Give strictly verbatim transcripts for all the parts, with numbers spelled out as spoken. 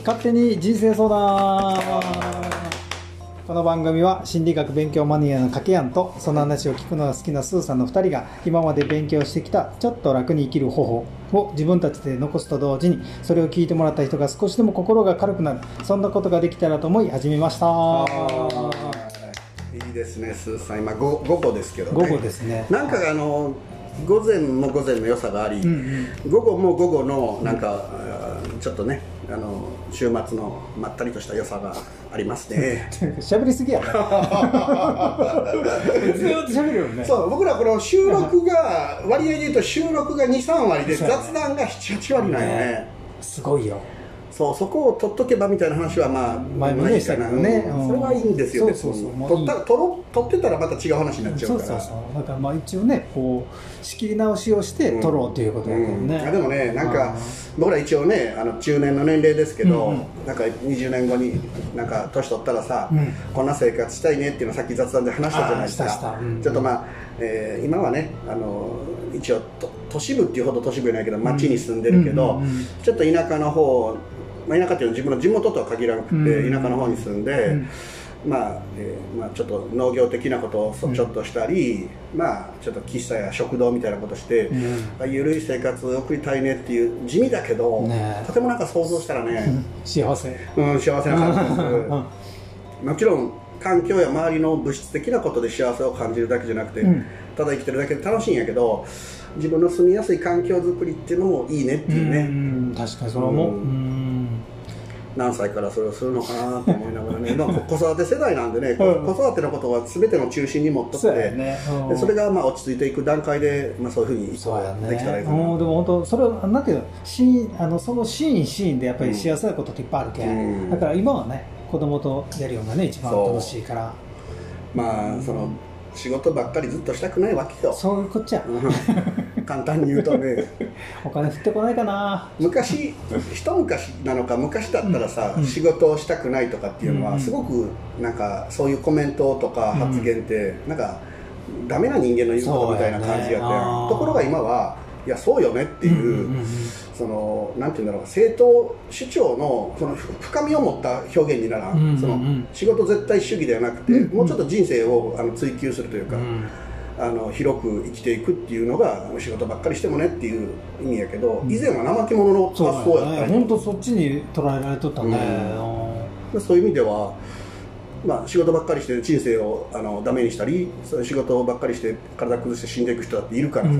勝手に人生相談。この番組は心理学勉強マニアのかけやんとその話を聞くのが好きなスーさんのふたりが今まで勉強してきたちょっと楽に生きる方法を自分たちで残すと同時にそれを聞いてもらった人が少しでも心が軽くなる、そんなことができたらと思い始めました。 いいですね、スーさん今午後ですけどね。 午後ですね。 なんかあの午前も午前の良さがあり、うんうん、午後も午後のなんか、うん、ちょっとねあの週末のまったりとした良さがありますね。 喋りすぎやね。ずっと喋るよね。 そう、僕らこの収録が割合で言うと収録がに、さんわりで雑談がなな、はちわりなんよね。 すごいよ。 そう、そこを取っとけばみたいな話はまあ前もねしたけどね、 うん、それはいいんですよ。別に取った取ろ取ってたらまた違う話になっちゃうから。 そうそうそう。だからまあ一応ねこう仕切り直しをして取ろうということだけどね。うんうん、 でもねなんか僕ら一応ねあの中年の年齢ですけど、うんうん、なんかにじゅうねんごになんか年取ったらさ、うん、こんな生活したいねっていうのをさっき雑談で話したじゃないですか。うん、ちょっとまあ、えー、今はねあの一応都市部っていうほど都市部じゃないけど町に住んでるけど、うんうんうん、ちょっと田舎の方まあ、田舎っていうのは自分の地元とは限らなくて、うん、田舎の方に住んで、うん、まあ、えーまあ、ちょっと農業的なことをちょっとしたり、うん、まあちょっと喫茶や食堂みたいなことして、うん、緩い生活を送りたいねっていう地味だけど、ね、とてもなんか想像したらね、うん、 幸せ、 うん、幸せな感じですもちろん環境や周りの物質的なことで幸せを感じるだけじゃなくて、うん、ただ生きてるだけで楽しいんやけど自分の住みやすい環境づくりっていうのもいいねっていうね。 うん、確かにそれも、うん、 何歳からそれをするのかなと思いながらね、まあ、子育て世代なんでね、うん、子育てのことは全ての中心に持っとって、 そ,、ねうん、でそれがまあ落ち着いていく段階で、まあ、そういうふうにできたらいいかな。 うん、でも本当それはなんていうの、シーンあのそのシーンシーンでやっぱり幸せなことっていっぱいあるけ、うん、だから今はね子供とやるようなね一番楽しいから、 まあその仕事ばっかりずっとしたくないわけよ。 そういうこっちゃ簡単に言うとねお金降ってこないかな。 昔一昔なのか昔だったらさ、うん、仕事をしたくないとかっていうのは、うん、すごくなんかそういうコメントとか発言って、うん、なんかダメな人間の言うことみたいな感じやったやん、ね、ところが今はいやそうよねっていう、うんうんうん、そのなんていうんだろう正当主張のその深みを持った表現にならん、うんうん、その仕事絶対主義ではなくて、うんうん、もうちょっと人生をあの追求するというか、うん、あの広く生きていくっていうのが仕事ばっかりしてもねっていう意味やけど、うん、以前は怠け者の発想やったり、 本当そっちに捉えられとったね、 うん、そういう意味ではまあ、仕事ばっかりして人生をあのダメにしたりそういう仕事ばっかりして体崩して死んでいく人だっているからさ、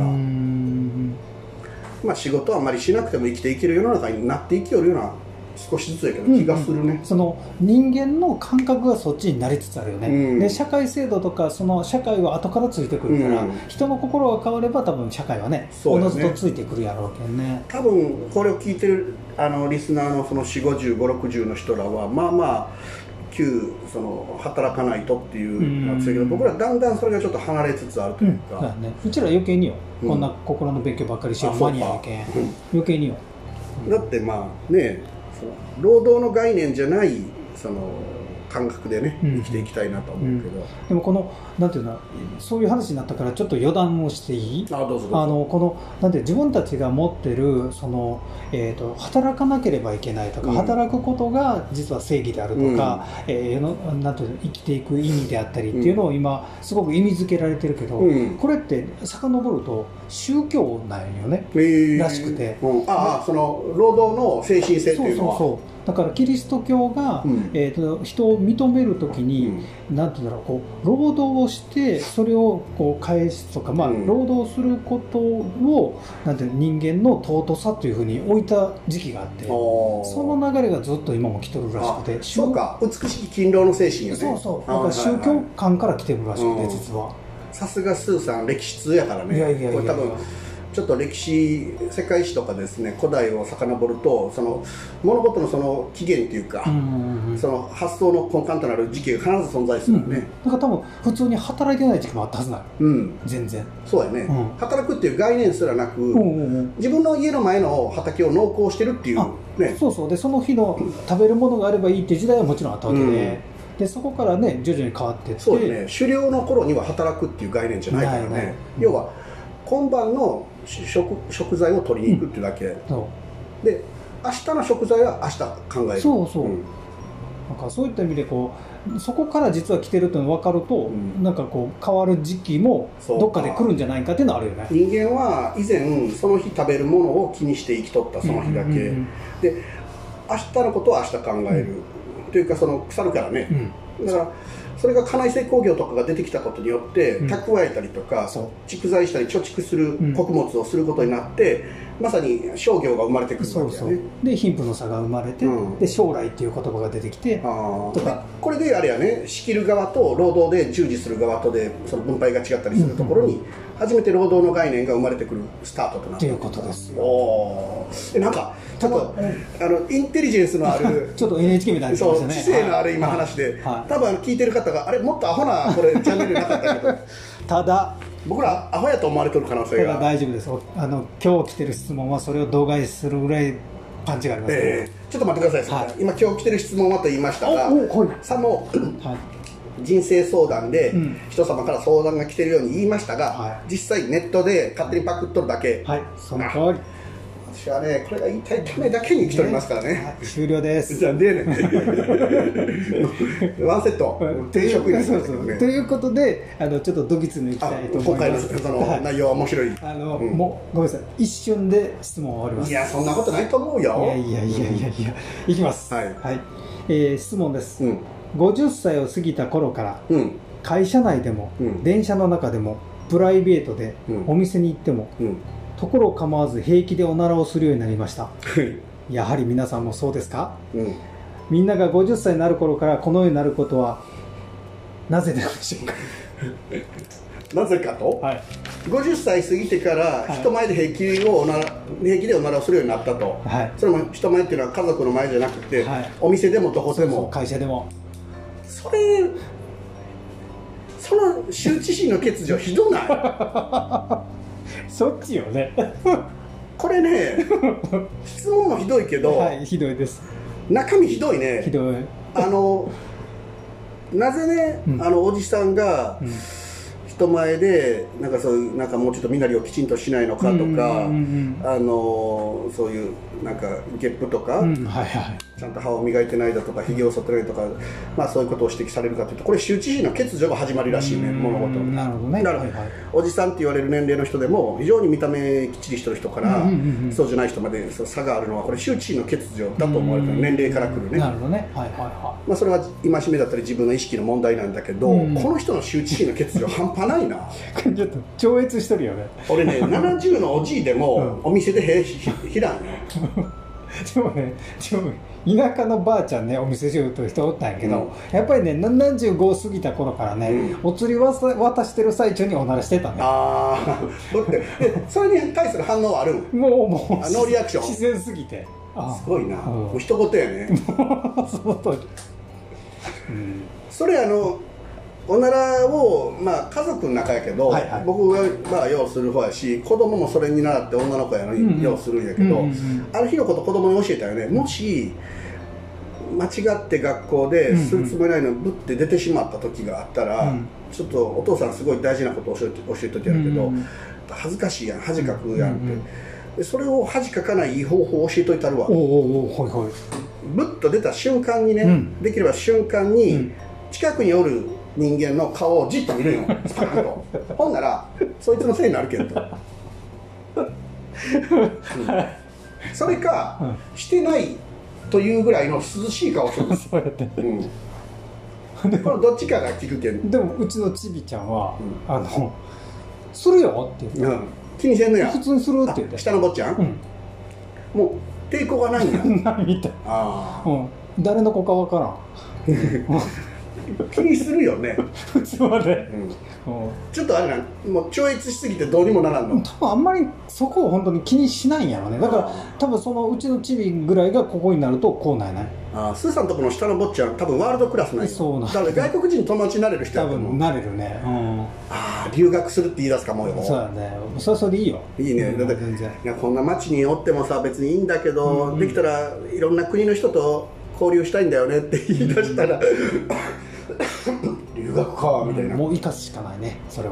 まあ、仕事はあんまりしなくても生きていける世の中になっていきよるような少しずつやけど気がするね、うんうん、 その人間の感覚がそっちになりつつあるよね、うん、で社会制度とかその社会は後からついてくるから、うん、人の心が変われば多分社会はねおのずとついてくるやろうけどね。 多分これを聞いてるあのリスナーのそのよんじゅう、ごじゅう、ろくじゅうの人らはまあまあ旧その働かないとっていうなんですけど、僕らだんだんそれがちょっと離れつつあるというか、 うんね、うちら余計によ、うん、こんな心の勉強ばっかりしようマニアやけん、うん、余計によ、 うん、だってまあねその労働の概念じゃないその感覚でね、うん、生きていきたいなと思うけど、うん、 でもこのなんていうのそういう話になったからちょっと余談をしていい？ あ、どうぞどうぞ。 あのこのなんて自分たちが持ってるその、えーと、働かなければいけないとか、うん、働くことが実は正義であるとか、うん、えー、のなんていうの生きていく意味であったりっていうのを今すごく意味づけられてるけど、うん、これって遡ると宗教なんよね、えー、らしくて、 うん、ああその労働の精神性っていうのはそうそうそうだからキリスト教が、うん、えー、と人を認めるときに、うん、なんていうんだろうこう労働をしてそれをこう返すとか、まあ、うん、労働することをなんていう人間の尊さというふうに置いた時期があってその流れがずっと今も来てるらしくてそうか美しき勤労の精神よね。 そうそうだから宗教観から来てるらしくて、実はさすがスーさん歴史通やからね。いやいやいやいやこれ多分ちょっと歴史世界史とかですね古代を遡るとその物事のその起源っていうか、うんうん、その発想の根幹となる時期が必ず存在するよね、うん、 だから多分普通に働いてない時期もあったはずなの、うん、全然そうやね、うん、働くっていう概念すらなく、うんうんうん、自分の家の前の畑を農耕してるっていうね。 そうそうでその日の食べるものがあればいいっていう時代はもちろんあったわけで、うんでそこからね徐々に変わっていってそうね狩猟の頃には働くっていう概念じゃないからね、ないない要は今晩の 食, 食材を取りに行くっていうだけ、うん、で明日の食材は明日考える。 そうそう、 うん、 なんかそういった意味でこうそこから実は来てるっていうのが分かると、うん、なんかこう変わる時期もどっかで来るんじゃないかっていうのはあるよね。 人間は以前その日食べるものを気にして生きとった、その日だけ、うんうんうん、で明日のことは明日考える、うん、というかその腐るからね、うん、だからそれが家内製工業とかが出てきたことによって、うん、蓄えたりとか蓄財したり貯蓄する穀物をすることになって、うん、まさに商業が生まれてくるわけだよね。そうそうで貧富の差が生まれて、うん、で将来っていう言葉が出てきてあとか、これであれやね、仕切る側と労働で従事する側とでその分配が違ったりするところに、うんうん、初めて労働の概念が生まれてくるスタートとなっているということですよ。 おー、なんかちょっとあのインテリジェンスのあるちょっと エヌエイチケー みたいな、ね、 そう知性のある今話で、はいはい、多分聞いてる方があれもっとアホなこれチャンネルなかったけどただ僕らアホやと思われてる可能性が。 大丈夫です。あの今日来てる質問はそれを度外視するぐらいパンチがあります、ねえー、ちょっと待ってください、はい、今今日来てる質問はと言いましたが、さも、はい、人生相談で、うん、人様から相談が来てるように言いましたが、はい、実際ネットで勝手にパクっとるだけ、 はい、その通り。 私はね、これが言いたいためだけに来ておりますからね。 はい、終了です。 じゃあでねワンセット定食になりましたけどね。 ということで、あのちょっとドキツに行きたいと思います。 今回のその内容は面白い。 あの、うん、もうごめんなさい、一瞬で質問終わります。 いや、そんなことないと思うよ。 いやいやいやいやいや、いきます。はい、はい、えー、質問です。うん、ごじゅっさいを過ぎた頃から、うん、会社内でも、うん、電車の中でも、プライベートで、うん、お店に行っても。うん、ところを構わず平気でおならをするようになりました。やはり皆さんもそうですか？うん、みんながごじゅっさいになる頃からこのようになることはなぜでしょうか？ なぜかと、はい、ごじゅっさい過ぎてから人前で平気をおなら、平気でおならをするようになったと、はい、それも人前っていうのは家族の前じゃなくて、はい、お店でもどこでも、 そうそう、会社でも、 それその羞恥心の欠如ひどない？ そっちよねこれね質問もひどいけど、 はい、ひどいです。 中身ひどいね。 ひどい。 あのなぜね、うん、あのおじさんが、うん、人前でなんかそういうなんかもうちょっと身なりをきちんとしないのかとか、あのそういうなんかゲップとか、うんはいはい、ちゃんと歯を磨いてないだとかひげを剃ってないとか、まあ、そういうことを指摘されるかというと、これ羞恥心の欠如が始まりらしいね、物事。 なるほどね。 だから、はいはい、おじさんって言われる年齢の人でも非常に見た目きっちりしてる人から、うんうんうんうん、そうじゃない人までその差があるのは、これ羞恥心の欠如だと思われてる、年齢からくるね。 なるほどね、はいはいはい。 まあ、それは戒めだったり自分の意識の問題なんだけど、うん、この人の羞恥心の欠如半端ないなちょっと超越してるよね。 俺ねななじゅうのおじいでも、うん、お店でへひらんよでもね、でも田舎のばあちゃんね、お店仕事人おったんやけど、うん、やっぱりねななじゅうご過ぎた頃からね、うん、お釣り渡してる最中におならしてたね。ああだってそれに対する反応はあるもうもうノーリアクション自然すぎてすごいな、うん、もう一言やねその通り、 うん、それあのおならを、まあ、家族の中やけど、はいはい、僕が、まあ、ようする方やし、子供もそれに習って女の子やのにようするんやけど、ある日のこと子供に教えたよね。もし間違って学校でするつもりないのにブッて出てしまった時があったら、うん、ちょっとお父さんすごい大事なことを教えて教えといてやるけど、うん、恥ずかしいやん、恥かくやんって、うん、でそれを恥かかないいい方法を教えといたるわ。おうおうおう、はいはい、ブッと出た瞬間にね、うん、できれば瞬間に近くにおる人間の顔をじっと見るよ、スパーンとほんならそいつのせいになるけどと、うん、それか、うん、してないというぐらいの涼しい顔するそうやって、うん、これどっちかが聞くけん。 でもうちのちびちゃんは、うん、あのするよって言って、うん、 気にせんのや、 普通にするって言って、 下の坊ちゃん、うん、もう抵抗がないんやないみたい。あ、うん、誰の子かわからん気にするよね普通はね、 うん、ちょっとあれな、もう超越しすぎてどうにもならんの。 多分あんまりそこを本当に気にしないんやろね。だから多分そのうちのチビぐらいがここになるとこうなんやない。 ああ、スーさんのところの下の坊ちゃん多分ワールドクラスなんや。 そうなんだから外国人友達になれる人やと思う。 多分なれるね、うん、 ああ、留学するって言い出すかもよ。 そうだね、それそれでいいよ。 いいね、だって全然いや、こんな街におってもさ別にいいんだけど、うんうん、できたらいろんな国の人と交流したいんだよねって言い出したら留学かみたいな、 もう生かすしかないね、それは。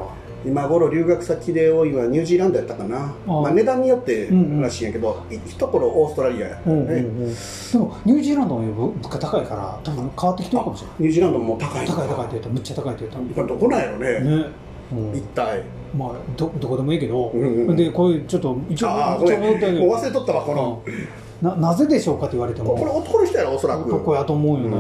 今頃留学先で多いのはニュージーランドやったかな。あ、まあ、値段によってらしいんやけど、うんうん、一頃オーストラリアやったね、うんうんうん、でもニュージーランドも物価高いから多分変わってきてるかもしれない。 ニュージーランドも高い高い高いって言うとむっちゃ高いって言うとどこなんやろね、ね、うん、一体まあ ど, どこでもいいけど、うんうん、でこういうちょっと一応あごめんもう忘れとったわこの、 うん、な, なぜでしょうかって言われてもこれ男の人やろおそらく男やと思うよね、うん、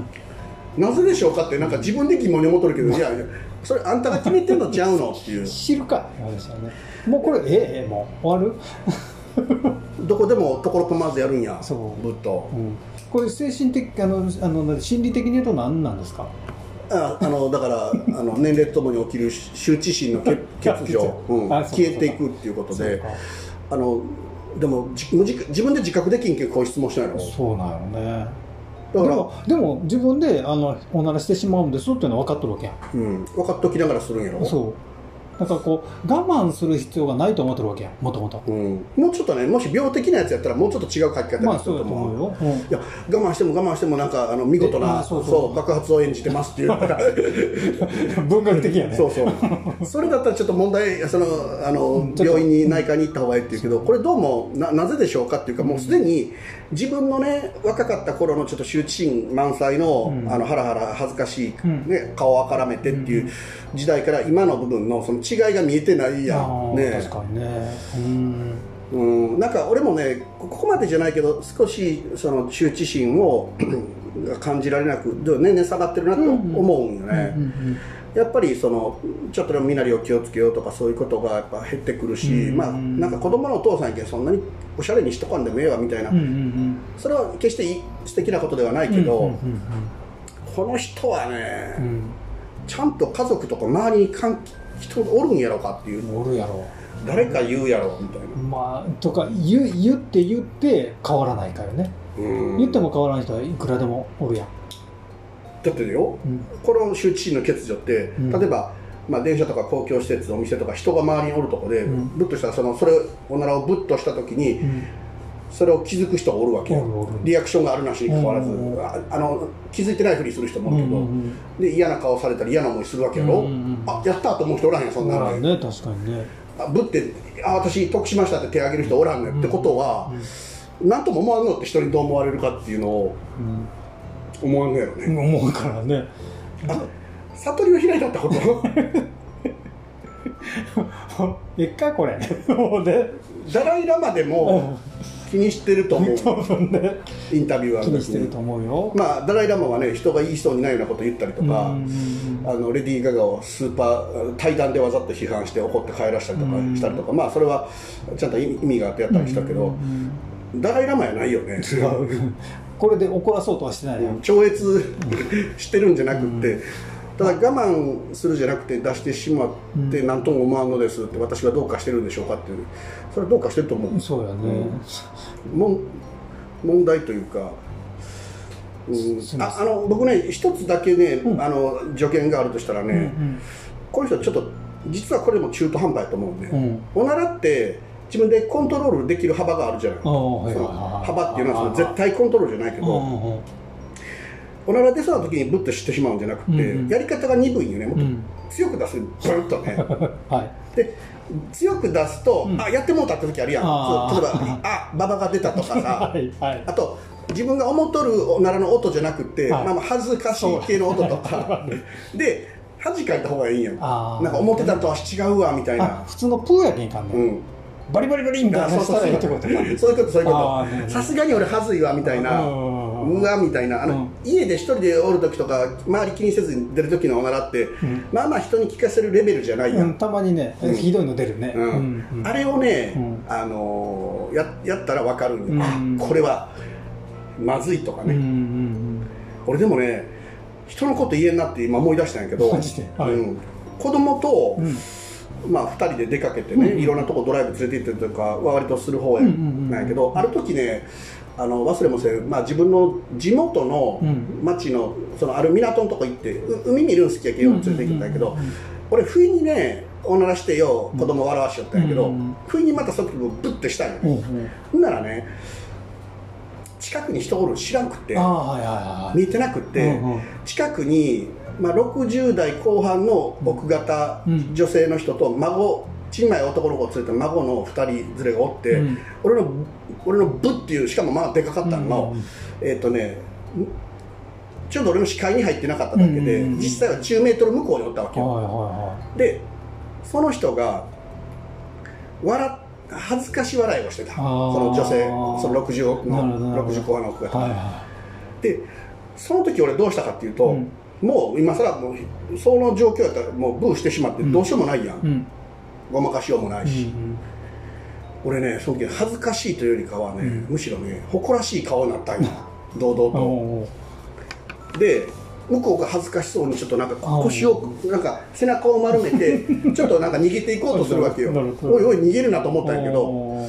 なぜでしょうかってなんか自分で疑問に思っとるけど、いやそれあんたが決めてんのちゃうのっていう知るかですよね。もうこれええもう終わるどこでもところとまずやるんやそうぶっと、 うん、これ精神的あのあの心理的に言うと何なんですか。 ああのだからあの年齢とともに起きる羞恥心の欠如、うん、消えていくっていうことで、あのでも自分で自覚できんけどこういう質問しないの。 そうなんよね。だからでも、でも自分であのおならしてしまうんですっていうのは分かっとるわけやん、 うん、分かっときながらするんやろ。 そうだからこう我慢する必要がないと思ってるわけやんもともと。 もうちょっとねもし病的なやつやったらもうちょっと違う書き方にすると思う、まあ、そうだと思うよ、うん、いや我慢しても我慢してもなんかあの見事なそうそうそう爆発を演じてますっていう文学的やね。 そうそうそれだったらちょっと問題そのあの病院に内科に行った方がいいっていうけど、これどうも な, なぜでしょうかっていうかもうすでに自分のね若かった頃のちょっと羞恥心満載 の,、うん、あのハラハラ恥ずかしい、ね、顔をあからめてっていう時代から今の部分のその違いが見えてないやん、ね、 確かにね、うんうん、なんか俺もねここまでじゃないけど少しその羞恥心を感じられなく年々下がってるなと思うんよね。やっぱりそのちょっとでも身なりを気をつけようとかそういうことがやっぱ減ってくるし、うんうん、まあなんか子供のお父さんやけんそんなにおしゃれにしとかんでもええわみたいな、うんうんうん、それは決していい素敵なことではないけど、うんうんうんうん、この人はね、うん、ちゃんと家族とか周りに人おるんやろかっていう。 おるやろ誰か言うやろみたいな、 まあとか 言, 言って言って変わらないからね、うん、言っても変わらない人はいくらでもおるやん。 だってよ、うん、この羞恥心の欠如って、うん、例えば、まあ、電車とか公共施設お店とか人が周りにおるとこで、うん、ブッとしたらそのそれおならをブッとした時に、うん、それを気づく人がおるわけよ、うん、リアクションがあるなしにかかわらず、うん、ああの気づいてないふりする人もおるけど、うん、で嫌な顔されたり嫌な思いするわけやろ、うん、あやったと思う人おらんやんそんなのね。確かにね。 あブッてあ私得しましたって手を挙げる人おらんね、うん、ってことは、うん、なんとも思わんのって人にどう思われるかっていうのを、うん思わんのやろね。 思うからね。 あ、悟りを開いたってことえっかこれダライラマでも気にしてると思う多分、ね、インタビューは気にしてると思うよ。 まあダライラマはね人が言いそうにないようなこと言ったりとか、あのレディー・ガガをスーパー対談でわざと批判して怒って帰らしたりとかしたりとか、まあそれはちゃんと意味があってやったりしたけど、ダライラマやないよね。 違うこれで怒らそうとはしてないよ、うん、 超越してるんじゃなくって、うん、ただ我慢するじゃなくて出してしまって何とも思わんのですって私はどうかしてるんでしょうかっていう、それはどうかしてると思う。 そうやね、 うん、も問題というか、うん、ああの僕ね一つだけね、うん、あの助言があるとしたらね、うんうん、この人ちょっと実はこれも中途半端やと思うんで、うん、おならって自分でコントロールできる幅があるじゃない。幅っていうのはその絶対コントロールじゃないけど、おなら出そうな時にブッとしてしまうんじゃなくて、うんうん、やり方が鈍いよね。もっと強く出す、ブルッとね、はい、で強く出すと、うん、あやってもうたって時あるやん。そう例えばあババが出たとかさはい、はい、あと自分が思っとるおならの音じゃなくて、はい、まあ、恥ずかしい系の音とかで恥かいた方がいいんやん。なんか思ってたとは違うわみたいな。 普通のプーやけんかんね、うん、バリバリバリみたいなしたらいいってことか。 そういうことそういうことさすがに俺はずいわみたいな、うわみたいなあの、うん、家で一人でおる時とか周り気にせずに出る時のおならって、うん、まあまあ人に聞かせるレベルじゃないやん、 うん、たまにね、うん、ひどいの出るね、うんうんうん、あれをね、うん、あのー、や, やったら分かるんよ、うん、これはまずいとかね、うんうんうん、俺でもね人のこと言えんなって今思い出したんやけど、はい、うん、子供と、うんまあ、ふたりで出かけてね、うんうん、いろんなとこドライブ連れて行ってるとかは割とする方やなんやけど、うんうんうん、ある時ねあの忘れもせん、まあ、自分の地元の町 の, そのある港のとこ行って海見るん好きやけど連れて行ったんやけど、うんうんうん、俺不意にねおならしてよ子供笑わしよったんやけど、うんうん、不意にまたその時ブッてしたんや、うんうん、ほんならね近くに人おる知らんくって、 あ、はいはいはい、 見えてなくって、うんうん、近くに、まあ、ろくじゅう代後半の奥方、うん、女性の人と孫、ちんまい男の子を連れて孫のふたり連れがおって、うん、俺の俺の部っていう、しかもまあでかかったのが、うんうん、えっ、ー、とねちょうど俺の視界に入ってなかっただけで、うんうんうん、実際はじゅうメートル向こうにおったわけよ、はいはいはい、でその人が笑恥ずかし笑いをしてた、その女性、そのろくじゅうのろくじゅう後半の奥方、はいはい、でその時俺どうしたかっていうと、うん、もう今更もうその状況やったらもうブーしてしまってどうしようもないやん、うん、ごまかしようもないし、うんうん、俺ねその時恥ずかしいというよりかはね、うん、むしろね誇らしい顔になったんや堂々とで向こうが恥ずかしそうにちょっとなんか腰をなんか背中を丸めてちょっとなんか逃げていこうとするわけよおいおい逃げるなと思ったんやけど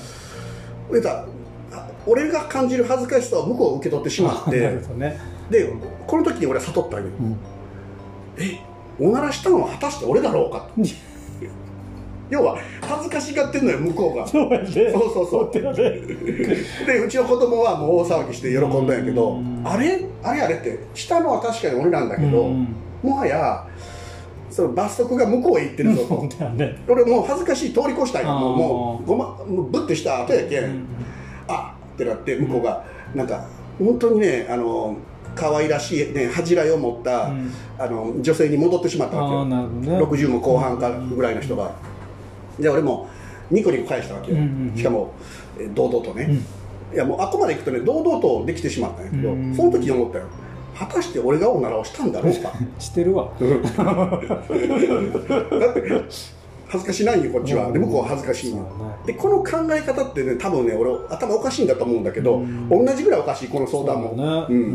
俺が感じる恥ずかしさを向こうを受け取ってしまって、ね、でこの時に俺は悟ったんよ、うん、えおならしたのは果たして俺だろうかと要は恥ずかしがってんのよ向こうがそうやね、そうそうそうでうちの子供はもう大騒ぎして喜んだんやけどあれあれあれってしたのは確かに俺なんだけどもはやその罰則が向こうへ行ってるぞと、ね、俺もう恥ずかしい通り越したんやもうもうごまもうブッてした後やけん、うん、あってなって向こうがなんか本当にねあの可愛らしい、ね、恥じらいを持った、うん、あの女性に戻ってしまったわけよ、ね、ろくじゅうも後半かぐらいの人がで俺もニコニコ返したわけよ、うんうんうん、しかも堂々とね、うん、いやもうあこまでいくとね堂々とできてしまったんやけど、うんうん、その時に思ったよ果たして俺がおならをしたんだろうかしてるわだって恥ずかしないよこっちはで向こうは恥ずかしいよでこの考え方ってね多分ね俺頭おかしいんだと思うんだけど、うん、同じぐらいおかしいこの相談も、ねうん、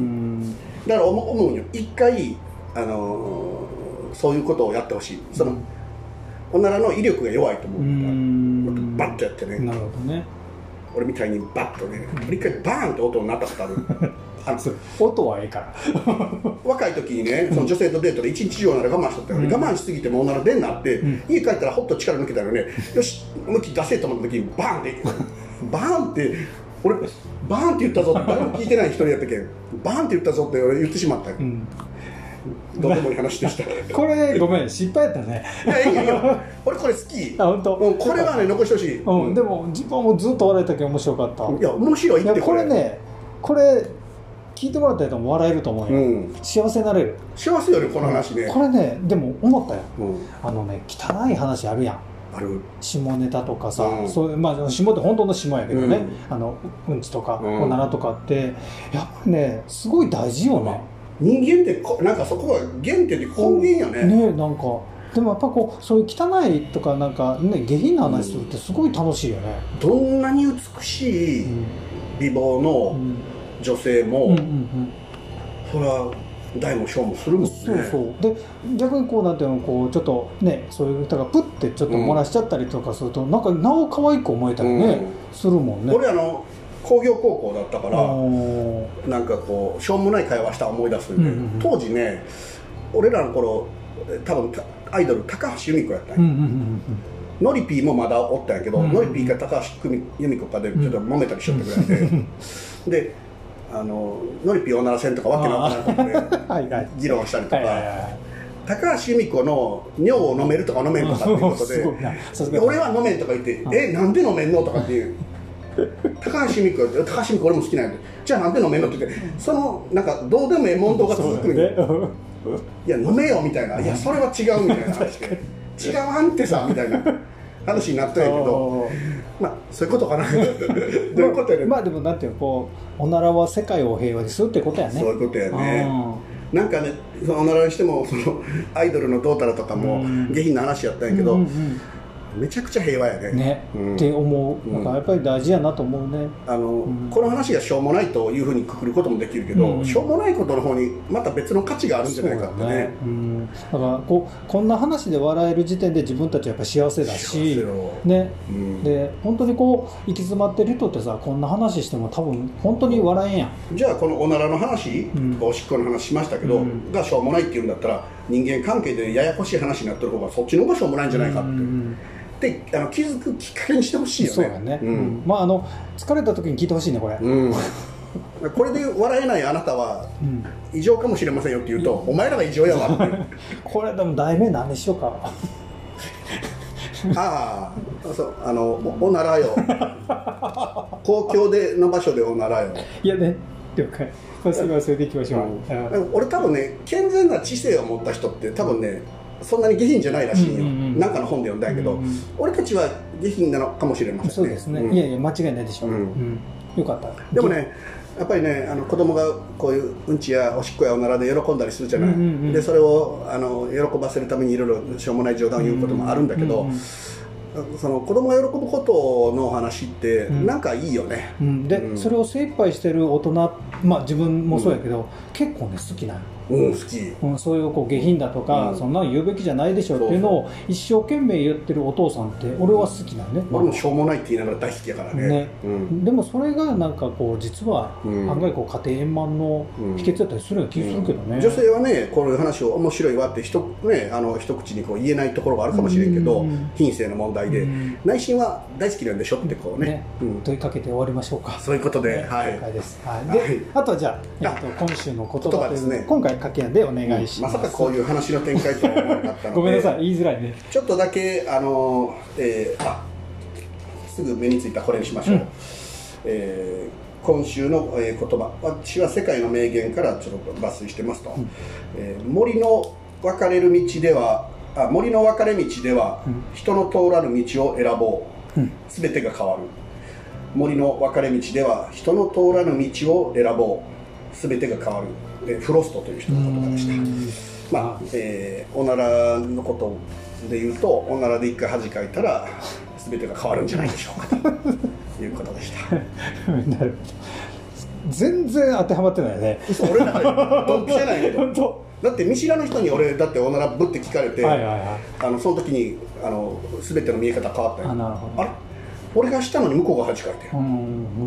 だから思うんよ一回、あのー、そういうことをやってほしいその、うんおならの威力が弱いと思うからバッとやってねなるほどね俺みたいにバッとね一回バーンって音になったことあるあの音はええから若い時にねその女性とデートで一日以上おなら我慢しとったよ、うん、我慢しすぎてもおなら出んなって、うん、家帰ったらほっと力抜けたらねよし思いっきり出せと思った時にバーンってバーンって俺バーンって言ったぞって誰も聞いてない一人やったけんバーンって言ったぞって俺言ってしまったよ、うんどうでもいい話でしたこれごめん失敗やったねいやいやいや俺これ好きあ本当もうこれはね残してほしい、 うんうん、でも自分はもうずっと笑えたけど面白かったいや面白いってこれねこれ聞いてもらったら笑えると思うよ、うん、幸せになれる幸せよねこの話ね、 うん、これねでも思ったよ、うん、あのね汚い話あるやんある下ネタとかさ、うんそうまあ、下って本当の下やけどね、うん、あのうんちとか、うん、おならとかってやっぱりねすごい大事よね、 人間ってこなんかそこが原点で根源よね。 ねなんかでもやっぱこうそういう汚いとかなんかね下品な話するってすごい楽しいよね。 うん、どんなに美しい美貌の女性も、うんうんうん、それは大も小もするもんね。 そうそうで逆にこうなんていうのこうちょっとねそういう歌がプッてちょっと漏らしちゃったりとかすると、うん、なんかなお可愛く思えたりね、うん、するもんね。 俺あの工業高校だったからなんかこうしょうもない会話したら思い出すんで、うんうんうん、当時ね俺らの頃多分アイドル高橋由美子やったんや、うんうんうんうん、ノリピーもまだおったんやけど、うんうんうん、ノリピーか高橋由美子かでちょっと揉めたりしちゃったぐらいで、うん、であのノリピーおならせんとかわけなくなってはい、はい、議論したりとか、はいはいはい、高橋由美子の尿を飲めるとか飲めんとかっていうことで俺は飲めんとか言って、うん、えなんで飲めんのとかっていう高橋由美子高橋由美子俺も好きなんでじゃあなんで飲めんのって言ってそのなんかどうでもええ問答が続くんで、いや飲めよみたいないやそれは違うみたいな話で違わんってさみたいな話になったんやけどまあそういうことかなどういうことやねまあでもなんていうこうおならは世界を平和にするってことやね。 そういうことやね。なんかねそのおならにしてもそのアイドルのどうたらとかも下品な話やったんやけど、うんうんうんめちゃくちゃ平和やね。 ね、うん、って思う。なんかやっぱり大事やなと思うね。 あの、うん、この話がしょうもないというふうにくくることもできるけど、うん、しょうもないことの方にまた別の価値があるんじゃないかってね。だね、 うん、だからこうこんな話で笑える時点で自分たちはやっぱ幸せだし、ね、うん、で本当にこう行き詰まってる人ってさこんな話しても多分本当に笑えんやん。 じゃあこのおならの話、うん、おしっこの話しましたけど、うん、がしょうもないっていうんだったら人間関係でややこしい話になってる方がそっちの方がしょうもないんじゃないかって。うんであの気づくきっかけにしてほしいよね。 そうだね、うん、まああの疲れた時に聞いてほしいねこれ、うん、 これで笑えないあなたは異常かもしれませんよって言うと、お前らが異常やわってこれでも題名何でしょうかああ、そう、あの、お、おならよ公共での場所でおならよ。 いやね、了解。まあ、それはそれでいきましょう、 うん、俺多分ね、健全な知性を持った人って多分ね、そんなに下品じゃないらしいよ、うんうんうん、なんかの本で読んだんやけど、うんうん、俺たちは下品なのかもしれませんね。 そうですね、うん、いやいや間違いないでしょう、うんうん、よかった。 でもね、やっぱりね、あの子供がこういううんちやおしっこやおならで喜んだりするじゃない、うんうんうん、でそれをあの喜ばせるためにいろいろしょうもない冗談を言うこともあるんだけど、うんうんうん、その子供が喜ぶことの話ってなんかいいよね、 うん、で、うん、それを精一杯してる大人、まあ自分もそうやけど、うん、結構ね好きなの。 うん、好き、 うん、そういうこう下品だとか、うん、そんなの言うべきじゃないでしょっていうのを一生懸命言ってるお父さんって俺は好きなんね。 俺もしょうもないって言いながら大好きやからね。ね、 うん、でもそれがなんかこう実は案外こう家庭円満の秘訣だったりするような気がするけどね、 うんうん、女性はねこういう話を面白いわって一、ね、あの一口にこう言えないところがあるかもしれんけど、うん、品性の問題で、うん、内心は大好きなんでしょってこうね、ね、 うん、問いかけて終わりましょうか。 そういうことで、 ね、 はい、 了解です、はい、で、はい、あとはじゃあ、えっと、今週の言葉というですね、 今回掛け合いでお願いします。 まさかこういう話の展開とは思わなかったのでごめんなさい、言いづらいね。 ちょっとだけあの、えー、あすぐ目についたこれにしましょう、うん、えー、今週の、えー、言葉、私は世界の名言からちょっと抜粋してますと、うん、えー、森の分かれる道ではあ森の分かれ道では、うん、人の通らぬ道を選ぼう、うん、全てが変わる。森の分かれ道では人の通らぬ道を選ぼう、全てが変わる。でフロストという人の言葉でした。まあ、えー、おならのことで言うと、おならで一回恥かいたら全てが変わるんじゃないでしょうかということでしたなるほど。全然当てはまってないよね。 嘘、俺なんかドンピシャないけどだって見知らぬ人に俺だっておならぶって聞かれて、はいはいはい、あのその時にあの全ての見え方変わったよ。あ、なるほど。あれ俺がしたのに向こうが恥かいてる、うん、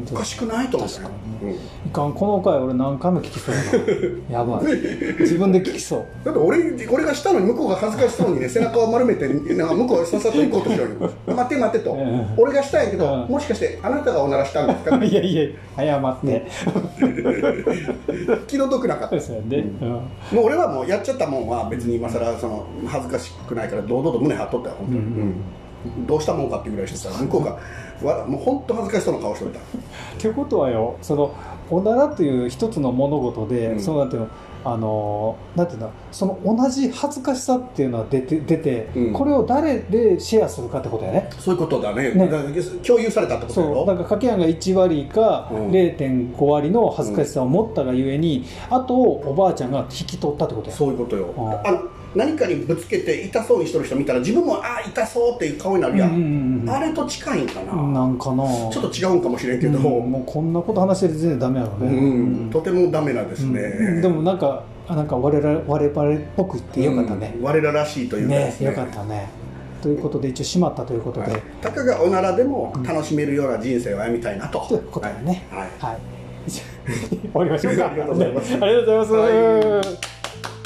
おかしくないと思ったよ、 うん、いかん、この回俺何回も聞きそうだなやばい自分で聞きそう。 だって 俺, 俺がしたのに向こうが恥ずかしそうにね背中を丸めてなんか向こうがさっさと行こうとしように待って待ってと、うん、俺がしたんやけど、うん、もしかしてあなたがおならしたんですかいやいや謝って、 うん、気の毒なかったですよね、うん、もう俺はもうやっちゃったもんは別に今更その恥ずかしくないから堂々と胸張っとったよ本当に、うんうん、どうしたもんかっていうぐらいしてたら向こうがわもう本当恥ずかしそうな顔しておいたっていうことはよ、そのおならという一つの物事で、うん、そのなんていうのあのなんていうのその同じ恥ずかしさっていうのは出て出て、うん、これを誰でシェアするかってことやね。 そういうことだね。ね、だから共有されたってことやろ。 そうだからかけやんがいち割か れいてんご 割の恥ずかしさを持ったがゆえに、うん、あとをおばあちゃんが引き取ったってことや。 そういうことよ。あの何かにぶつけて痛そうにしてる人見たら自分もああ痛そうっていう顔になるやん、うんうんうん、あれと近いんかな。 なんかなちょっと違うんかもしれんけど、 うん、もうこんなこと話してる全然ダメやろね、 うんうん、とてもダメなんですね、 うん、でもなんかなんか我々我々っぽく言ってよかったね、 うん、我ららしいというかですね、 ねよかったねということで一応閉まったということで、はい、 たかがおならでも楽しめるような人生を歩みたいなと、 うん、ということだねはい、はいはい、終わりましょうかありがとうございます、 ありがとうございます、はい。